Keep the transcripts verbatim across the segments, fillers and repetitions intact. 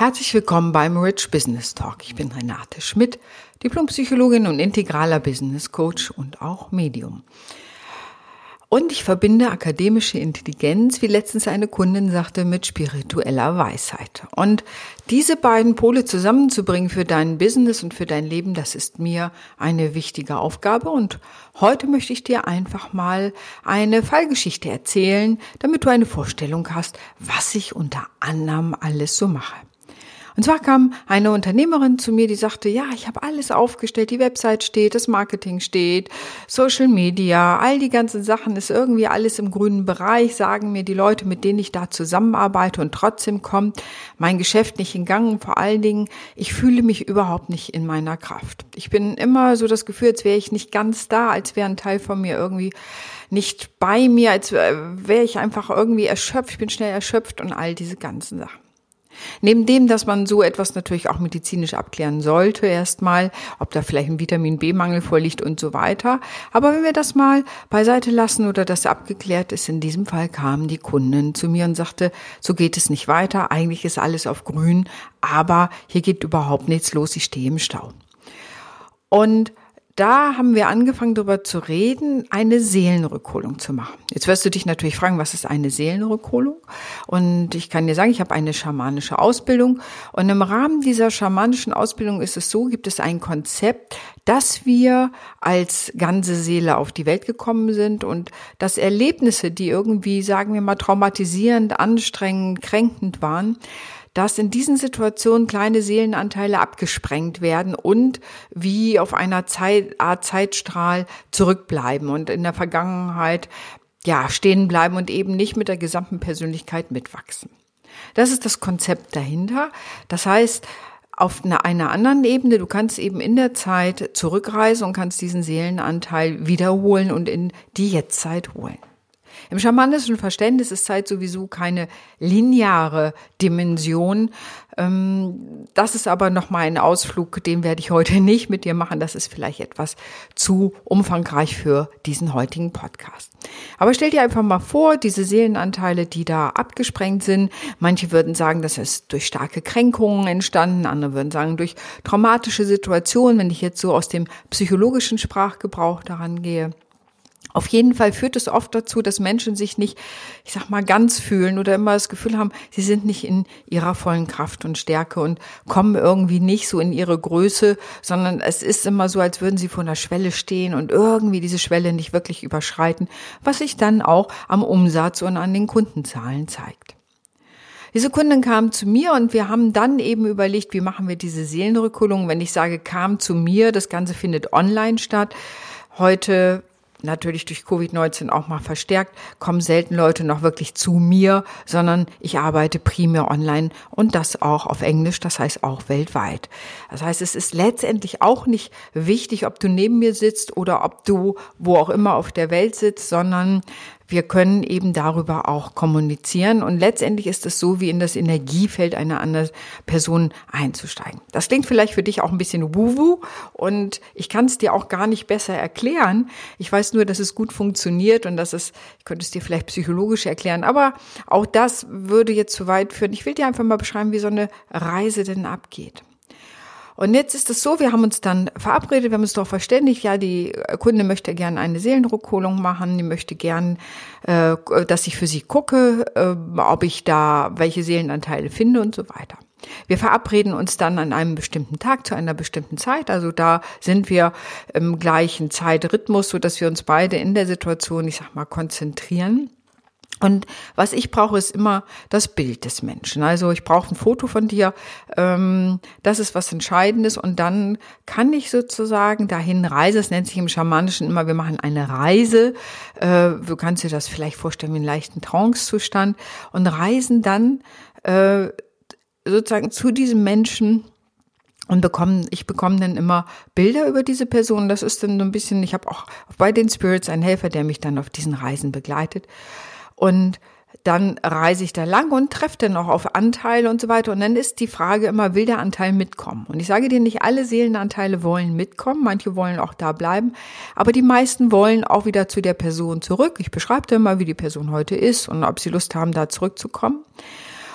Herzlich willkommen beim Rich Business Talk. Ich bin Renate Schmidt, Diplompsychologin und integraler Business Coach und auch Medium. Und ich verbinde akademische Intelligenz, wie letztens eine Kundin sagte, mit spiritueller Weisheit. Und diese beiden Pole zusammenzubringen für dein Business und für dein Leben, das ist mir eine wichtige Aufgabe. Und heute möchte ich dir einfach mal eine Fallgeschichte erzählen, damit du eine Vorstellung hast, was ich unter anderem alles so mache. Und zwar kam eine Unternehmerin zu mir, die sagte, ja, ich habe alles aufgestellt, die Website steht, das Marketing steht, Social Media, all die ganzen Sachen ist irgendwie alles im grünen Bereich, sagen mir die Leute, mit denen ich da zusammenarbeite, und trotzdem kommt mein Geschäft nicht in Gang. Und vor allen Dingen, ich fühle mich überhaupt nicht in meiner Kraft. Ich bin immer so das Gefühl, als wäre ich nicht ganz da, als wäre ein Teil von mir irgendwie nicht bei mir, als wäre ich einfach irgendwie erschöpft, ich bin schnell erschöpft und all diese ganzen Sachen. Neben dem, dass man so etwas natürlich auch medizinisch abklären sollte, erstmal, ob da vielleicht ein Vitamin-B-Mangel vorliegt und so weiter. Aber wenn wir das mal beiseite lassen oder das abgeklärt ist, in diesem Fall kam die Kundin zu mir und sagte, so geht es nicht weiter, eigentlich ist alles auf grün, aber hier geht überhaupt nichts los, ich stehe im Stau. Und da haben wir angefangen, darüber zu reden, eine Seelenrückholung zu machen. Jetzt wirst du dich natürlich fragen, was ist eine Seelenrückholung? Und ich kann dir sagen, ich habe eine schamanische Ausbildung. Und im Rahmen dieser schamanischen Ausbildung ist es so, gibt es ein Konzept, dass wir als ganze Seele auf die Welt gekommen sind und dass Erlebnisse, die irgendwie, sagen wir mal, traumatisierend, anstrengend, kränkend waren, dass in diesen Situationen kleine Seelenanteile abgesprengt werden und wie auf einer Zeit, Art Zeitstrahl zurückbleiben und in der Vergangenheit ja stehen bleiben und eben nicht mit der gesamten Persönlichkeit mitwachsen. Das ist das Konzept dahinter. Das heißt, auf einer, einer anderen Ebene, du kannst eben in der Zeit zurückreisen und kannst diesen Seelenanteil wiederholen und in die Jetztzeit holen. Im schamanischen Verständnis ist Zeit sowieso keine lineare Dimension. Das ist aber nochmal ein Ausflug, den werde ich heute nicht mit dir machen. Das ist vielleicht etwas zu umfangreich für diesen heutigen Podcast. Aber stell dir einfach mal vor, diese Seelenanteile, die da abgesprengt sind. Manche würden sagen, das ist durch starke Kränkungen entstanden. Andere würden sagen, durch traumatische Situationen, wenn ich jetzt so aus dem psychologischen Sprachgebrauch daran gehe. Auf jeden Fall führt es oft dazu, dass Menschen sich nicht, ich sag mal, ganz fühlen oder immer das Gefühl haben, sie sind nicht in ihrer vollen Kraft und Stärke und kommen irgendwie nicht so in ihre Größe, sondern es ist immer so, als würden sie vor einer Schwelle stehen und irgendwie diese Schwelle nicht wirklich überschreiten, was sich dann auch am Umsatz und an den Kundenzahlen zeigt. Diese Kundin kam zu mir und wir haben dann eben überlegt, wie machen wir diese Seelenrückholung. Wenn ich sage, kam zu mir, das Ganze findet online statt. Heute natürlich durch Covid neunzehn auch mal verstärkt, kommen selten Leute noch wirklich zu mir, sondern ich arbeite primär online und das auch auf Englisch, das heißt auch weltweit. Das heißt, es ist letztendlich auch nicht wichtig, ob du neben mir sitzt oder ob du wo auch immer auf der Welt sitzt, sondern wir können eben darüber auch kommunizieren und letztendlich ist es so, wie in das Energiefeld einer anderen Person einzusteigen. Das klingt vielleicht für dich auch ein bisschen wuhu und ich kann es dir auch gar nicht besser erklären. Ich weiß nur, dass es gut funktioniert und dass es, ich könnte es dir vielleicht psychologisch erklären, aber auch das würde jetzt zu weit führen. Ich will dir einfach mal beschreiben, wie so eine Reise denn abgeht. Und jetzt ist es so, wir haben uns dann verabredet, wir haben uns darauf verständigt, ja, die Kunde möchte gerne eine Seelenrückholung machen, die möchte gern, äh, dass ich für sie gucke, äh, ob ich da welche Seelenanteile finde und so weiter. Wir verabreden uns dann an einem bestimmten Tag zu einer bestimmten Zeit, also da sind wir im gleichen Zeitrhythmus, so dass wir uns beide in der Situation, ich sag mal, konzentrieren. Und was ich brauche, ist immer das Bild des Menschen. Also ich brauche ein Foto von dir, ähm, das ist was Entscheidendes und dann kann ich sozusagen dahin reisen. Das nennt sich im Schamanischen immer, wir machen eine Reise. Äh, du kannst dir das vielleicht vorstellen wie einen leichten Trancezustand und reisen dann äh, sozusagen zu diesem Menschen und bekommen, ich bekomme dann immer Bilder über diese Person. Das ist dann so ein bisschen, ich habe auch bei den Spirits einen Helfer, der mich dann auf diesen Reisen begleitet. Und dann reise ich da lang und treffe dann auch auf Anteile und so weiter. Und dann ist die Frage immer, will der Anteil mitkommen? Und ich sage dir, nicht alle Seelenanteile wollen mitkommen, manche wollen auch da bleiben, aber die meisten wollen auch wieder zu der Person zurück. Ich beschreibe dann mal, wie die Person heute ist und ob sie Lust haben, da zurückzukommen.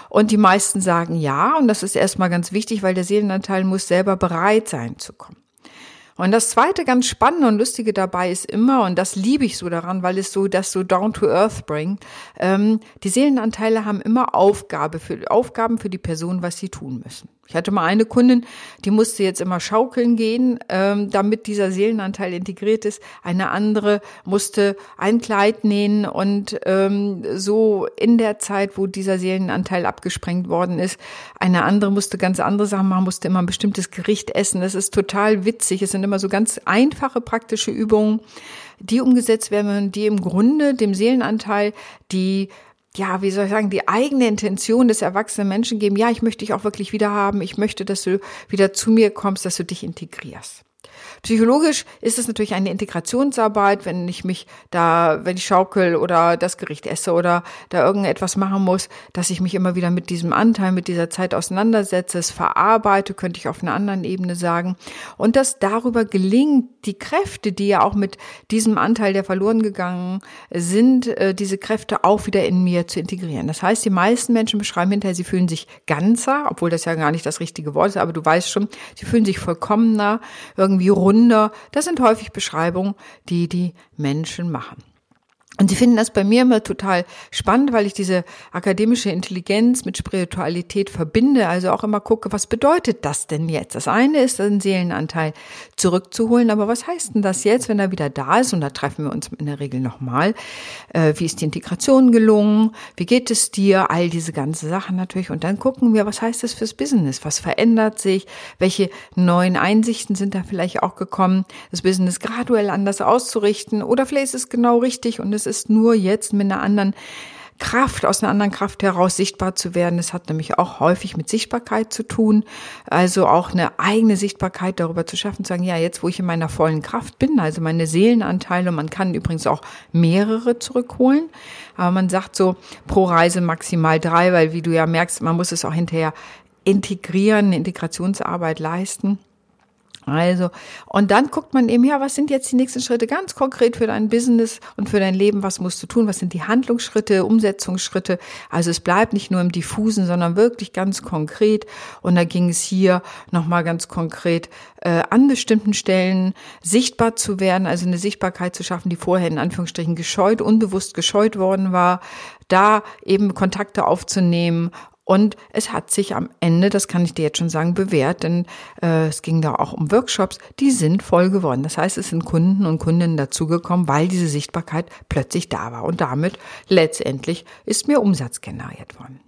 Und die meisten sagen ja, und das ist erstmal ganz wichtig, weil der Seelenanteil muss selber bereit sein zu kommen. Und das zweite ganz Spannende und Lustige dabei ist immer, und das liebe ich so daran, weil es so das so down to earth bringt, ähm, die Seelenanteile haben immer Aufgabe für, Aufgaben für die Person, was sie tun müssen. Ich hatte mal eine Kundin, die musste jetzt immer schaukeln gehen, ähm, damit dieser Seelenanteil integriert ist. Eine andere musste ein Kleid nähen und ähm, so in der Zeit, wo dieser Seelenanteil abgesprengt worden ist. Eine andere musste ganz andere Sachen machen, musste immer ein bestimmtes Gericht essen. Das ist total witzig. Es sind immer so ganz einfache praktische Übungen, die umgesetzt werden, die im Grunde dem Seelenanteil die ja, wie soll ich sagen, die eigene Intention des erwachsenen Menschen geben, ja, ich möchte dich auch wirklich wieder haben, ich möchte, dass du wieder zu mir kommst, dass du dich integrierst. Psychologisch ist es natürlich eine Integrationsarbeit, wenn ich mich da, wenn ich schaukel oder das Gericht esse oder da irgendetwas machen muss, dass ich mich immer wieder mit diesem Anteil, mit dieser Zeit auseinandersetze, es verarbeite, könnte ich auf einer anderen Ebene sagen. Und dass darüber gelingt, die Kräfte, die ja auch mit diesem Anteil, der verloren gegangen sind, diese Kräfte auch wieder in mir zu integrieren. Das heißt, die meisten Menschen beschreiben hinterher, sie fühlen sich ganzer, obwohl das ja gar nicht das richtige Wort ist, aber du weißt schon, sie fühlen sich vollkommener, irgendwie runder. Das sind häufig Beschreibungen, die die Menschen machen. Und sie finden das bei mir immer total spannend, weil ich diese akademische Intelligenz mit Spiritualität verbinde, also auch immer gucke, was bedeutet das denn jetzt? Das eine ist, den Seelenanteil zurückzuholen, aber was heißt denn das jetzt, wenn er wieder da ist? Und da treffen wir uns in der Regel nochmal. Äh, wie ist die Integration gelungen? Wie geht es dir? All diese ganzen Sachen natürlich. Und dann gucken wir, was heißt das fürs Business? Was verändert sich? Welche neuen Einsichten sind da vielleicht auch gekommen? Das Business graduell anders auszurichten oder vielleicht ist es genau richtig und es ist nur jetzt mit einer anderen Kraft, aus einer anderen Kraft heraus sichtbar zu werden. Das hat nämlich auch häufig mit Sichtbarkeit zu tun. Also auch eine eigene Sichtbarkeit darüber zu schaffen, zu sagen, ja, jetzt, wo ich in meiner vollen Kraft bin, also meine Seelenanteile, man kann übrigens auch mehrere zurückholen. Aber man sagt so, pro Reise maximal drei, weil wie du ja merkst, man muss es auch hinterher integrieren, eine Integrationsarbeit leisten. Also, und dann guckt man eben, ja, was sind jetzt die nächsten Schritte ganz konkret für dein Business und für dein Leben? Was musst du tun? Was sind die Handlungsschritte, Umsetzungsschritte? Also es bleibt nicht nur im Diffusen, sondern wirklich ganz konkret. Und da ging es hier nochmal ganz konkret äh, an bestimmten Stellen sichtbar zu werden, also eine Sichtbarkeit zu schaffen, die vorher in Anführungsstrichen gescheut, unbewusst gescheut worden war, da eben Kontakte aufzunehmen. Und es hat sich am Ende, das kann ich dir jetzt schon sagen, bewährt, denn äh, es ging da auch um Workshops, die sind voll geworden. Das heißt, es sind Kunden und Kundinnen dazugekommen, weil diese Sichtbarkeit plötzlich da war. Und damit letztendlich ist mir Umsatz generiert worden.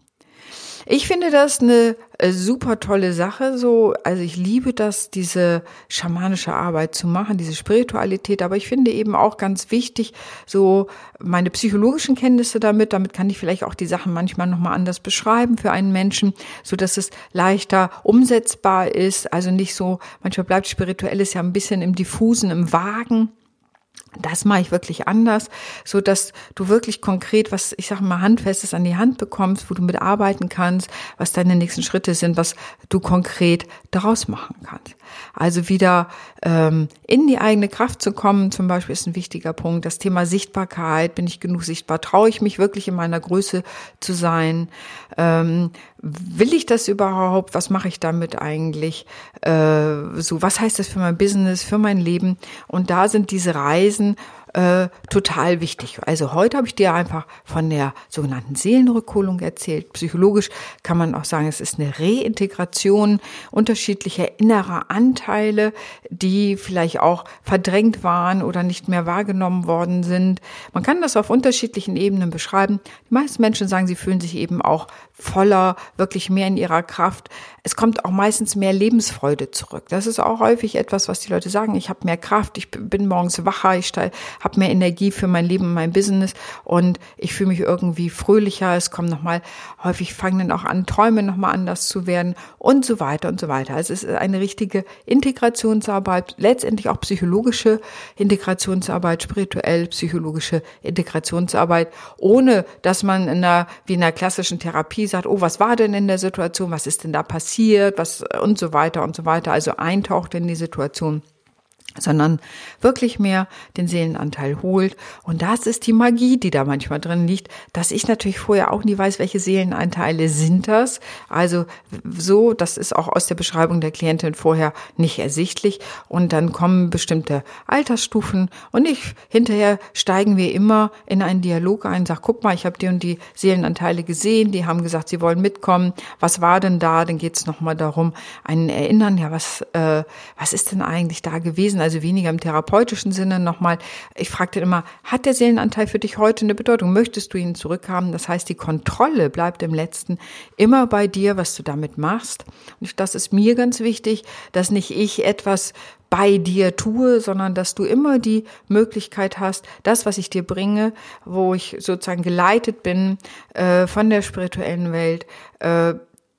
Ich finde das eine super tolle Sache, so, also ich liebe das, diese schamanische Arbeit zu machen, diese Spiritualität, aber ich finde eben auch ganz wichtig, so meine psychologischen Kenntnisse damit, damit kann ich vielleicht auch die Sachen manchmal nochmal anders beschreiben für einen Menschen, so dass es leichter umsetzbar ist, also nicht so, manchmal bleibt Spirituelles ja ein bisschen im Diffusen, im Vagen. Das mache ich wirklich anders, so dass du wirklich konkret, was ich sage mal Handfestes an die Hand bekommst, wo du mitarbeiten kannst, was deine nächsten Schritte sind, was du konkret daraus machen kannst. Also wieder ähm, in die eigene Kraft zu kommen, zum Beispiel ist ein wichtiger Punkt. Das Thema Sichtbarkeit, bin ich genug sichtbar? Traue ich mich wirklich in meiner Größe zu sein? Ähm, will ich das überhaupt? Was mache ich damit eigentlich? Äh, so, was heißt das für mein Business, für mein Leben? Und da sind diese Reisen äh, total wichtig. Also heute habe ich dir einfach von der sogenannten Seelenrückholung erzählt. Psychologisch kann man auch sagen, es ist eine Reintegration unterschiedlicher innerer Anteile, die vielleicht auch verdrängt waren oder nicht mehr wahrgenommen worden sind. Man kann das auf unterschiedlichen Ebenen beschreiben. Die meisten Menschen sagen, sie fühlen sich eben auch voller, wirklich mehr in ihrer Kraft. Es kommt auch meistens mehr Lebensfreude zurück. Das ist auch häufig etwas, was die Leute sagen. Ich habe mehr Kraft, ich bin morgens wacher, ich habe mehr Energie für mein Leben und mein Business und ich fühle mich irgendwie fröhlicher. Es kommen nochmal, häufig fangen dann auch an, Träume nochmal anders zu werden und so weiter und so weiter. Also es ist eine richtige Integrationsarbeit, letztendlich auch psychologische Integrationsarbeit, spirituell psychologische Integrationsarbeit, ohne dass man in einer, wie in einer klassischen Therapie sagt, oh, was war denn in der Situation, was ist denn da passiert, was und so weiter und so weiter, also eintaucht in die Situation. sondern wirklich mehr den Seelenanteil holt. Und das ist die Magie, die da manchmal drin liegt, dass ich natürlich vorher auch nie weiß, welche Seelenanteile sind das. Also so, das ist auch aus der Beschreibung der Klientin vorher nicht ersichtlich. Und dann kommen bestimmte Altersstufen und ich, hinterher steigen wir immer in einen Dialog ein, sag, guck mal, ich habe die und die Seelenanteile gesehen, die haben gesagt, sie wollen mitkommen. Was war denn da? Dann geht es nochmal darum, ein Erinnern, ja, was, äh, was ist denn eigentlich da gewesen? Also weniger im therapeutischen Sinne nochmal. Ich frage dann immer, hat der Seelenanteil für dich heute eine Bedeutung? Möchtest du ihn zurückhaben? Das heißt, die Kontrolle bleibt im Letzten immer bei dir, was du damit machst. Und das ist mir ganz wichtig, dass nicht ich etwas bei dir tue, sondern dass du immer die Möglichkeit hast, das, was ich dir bringe, wo ich sozusagen geleitet bin äh, von der spirituellen Welt, äh,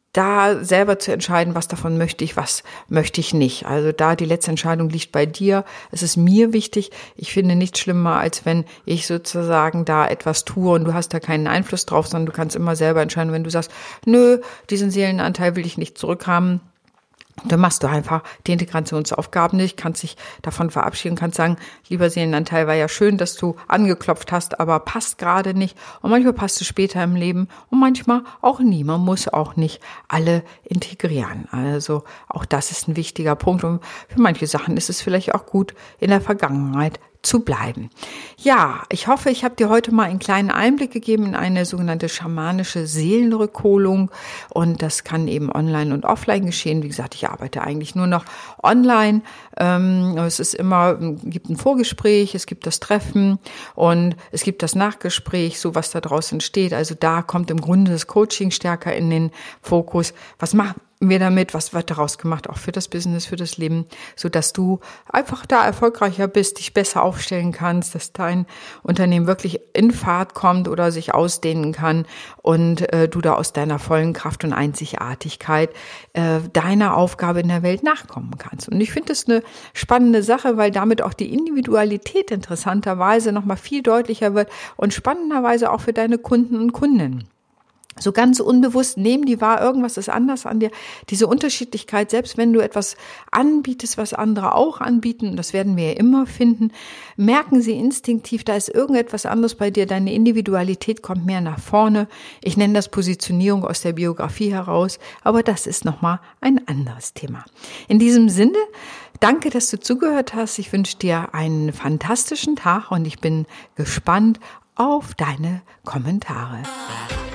da selber zu entscheiden, was davon möchte ich, was möchte ich nicht. Also da die letzte Entscheidung liegt bei dir. Es ist mir wichtig. Ich finde nichts schlimmer, als wenn ich sozusagen da etwas tue und du hast da keinen Einfluss drauf, sondern du kannst immer selber entscheiden. Wenn du sagst, nö, diesen Seelenanteil will ich nicht zurückhaben, dann machst du einfach die Integrationsaufgaben nicht, kannst dich davon verabschieden, kannst sagen, lieber Seelenanteil, war ja schön, dass du angeklopft hast, aber passt gerade nicht. Und manchmal passt es später im Leben und manchmal auch nie. Man muss auch nicht alle integrieren. Also auch das ist ein wichtiger Punkt. Und für manche Sachen ist es vielleicht auch gut, in der Vergangenheit zu bleiben. Ja, ich hoffe, ich habe dir heute mal einen kleinen Einblick gegeben in eine sogenannte schamanische Seelenrückholung und das kann eben online und offline geschehen. Wie gesagt, ich arbeite eigentlich nur noch online. Ähm, es ist immer, gibt ein Vorgespräch, es gibt das Treffen und es gibt das Nachgespräch, so was da draußen entsteht. Also da kommt im Grunde das Coaching stärker in den Fokus. Was machen wir damit, was wird daraus gemacht, auch für das Business, für das Leben, so dass du einfach da erfolgreicher bist, dich besser aufstellen kannst, dass dein Unternehmen wirklich in Fahrt kommt oder sich ausdehnen kann und äh, du da aus deiner vollen Kraft und Einzigartigkeit äh, deiner Aufgabe in der Welt nachkommen kannst. Und ich finde das eine spannende Sache, weil damit auch die Individualität interessanterweise nochmal viel deutlicher wird und spannenderweise auch für deine Kunden und Kundinnen. So ganz unbewusst nehmen die wahr, irgendwas ist anders an dir. Diese Unterschiedlichkeit, selbst wenn du etwas anbietest, was andere auch anbieten, und das werden wir ja immer finden, merken sie instinktiv, da ist irgendetwas anderes bei dir, deine Individualität kommt mehr nach vorne. Ich nenne das Positionierung aus der Biografie heraus, aber das ist nochmal ein anderes Thema. In diesem Sinne, danke, dass du zugehört hast. Ich wünsche dir einen fantastischen Tag und ich bin gespannt auf deine Kommentare.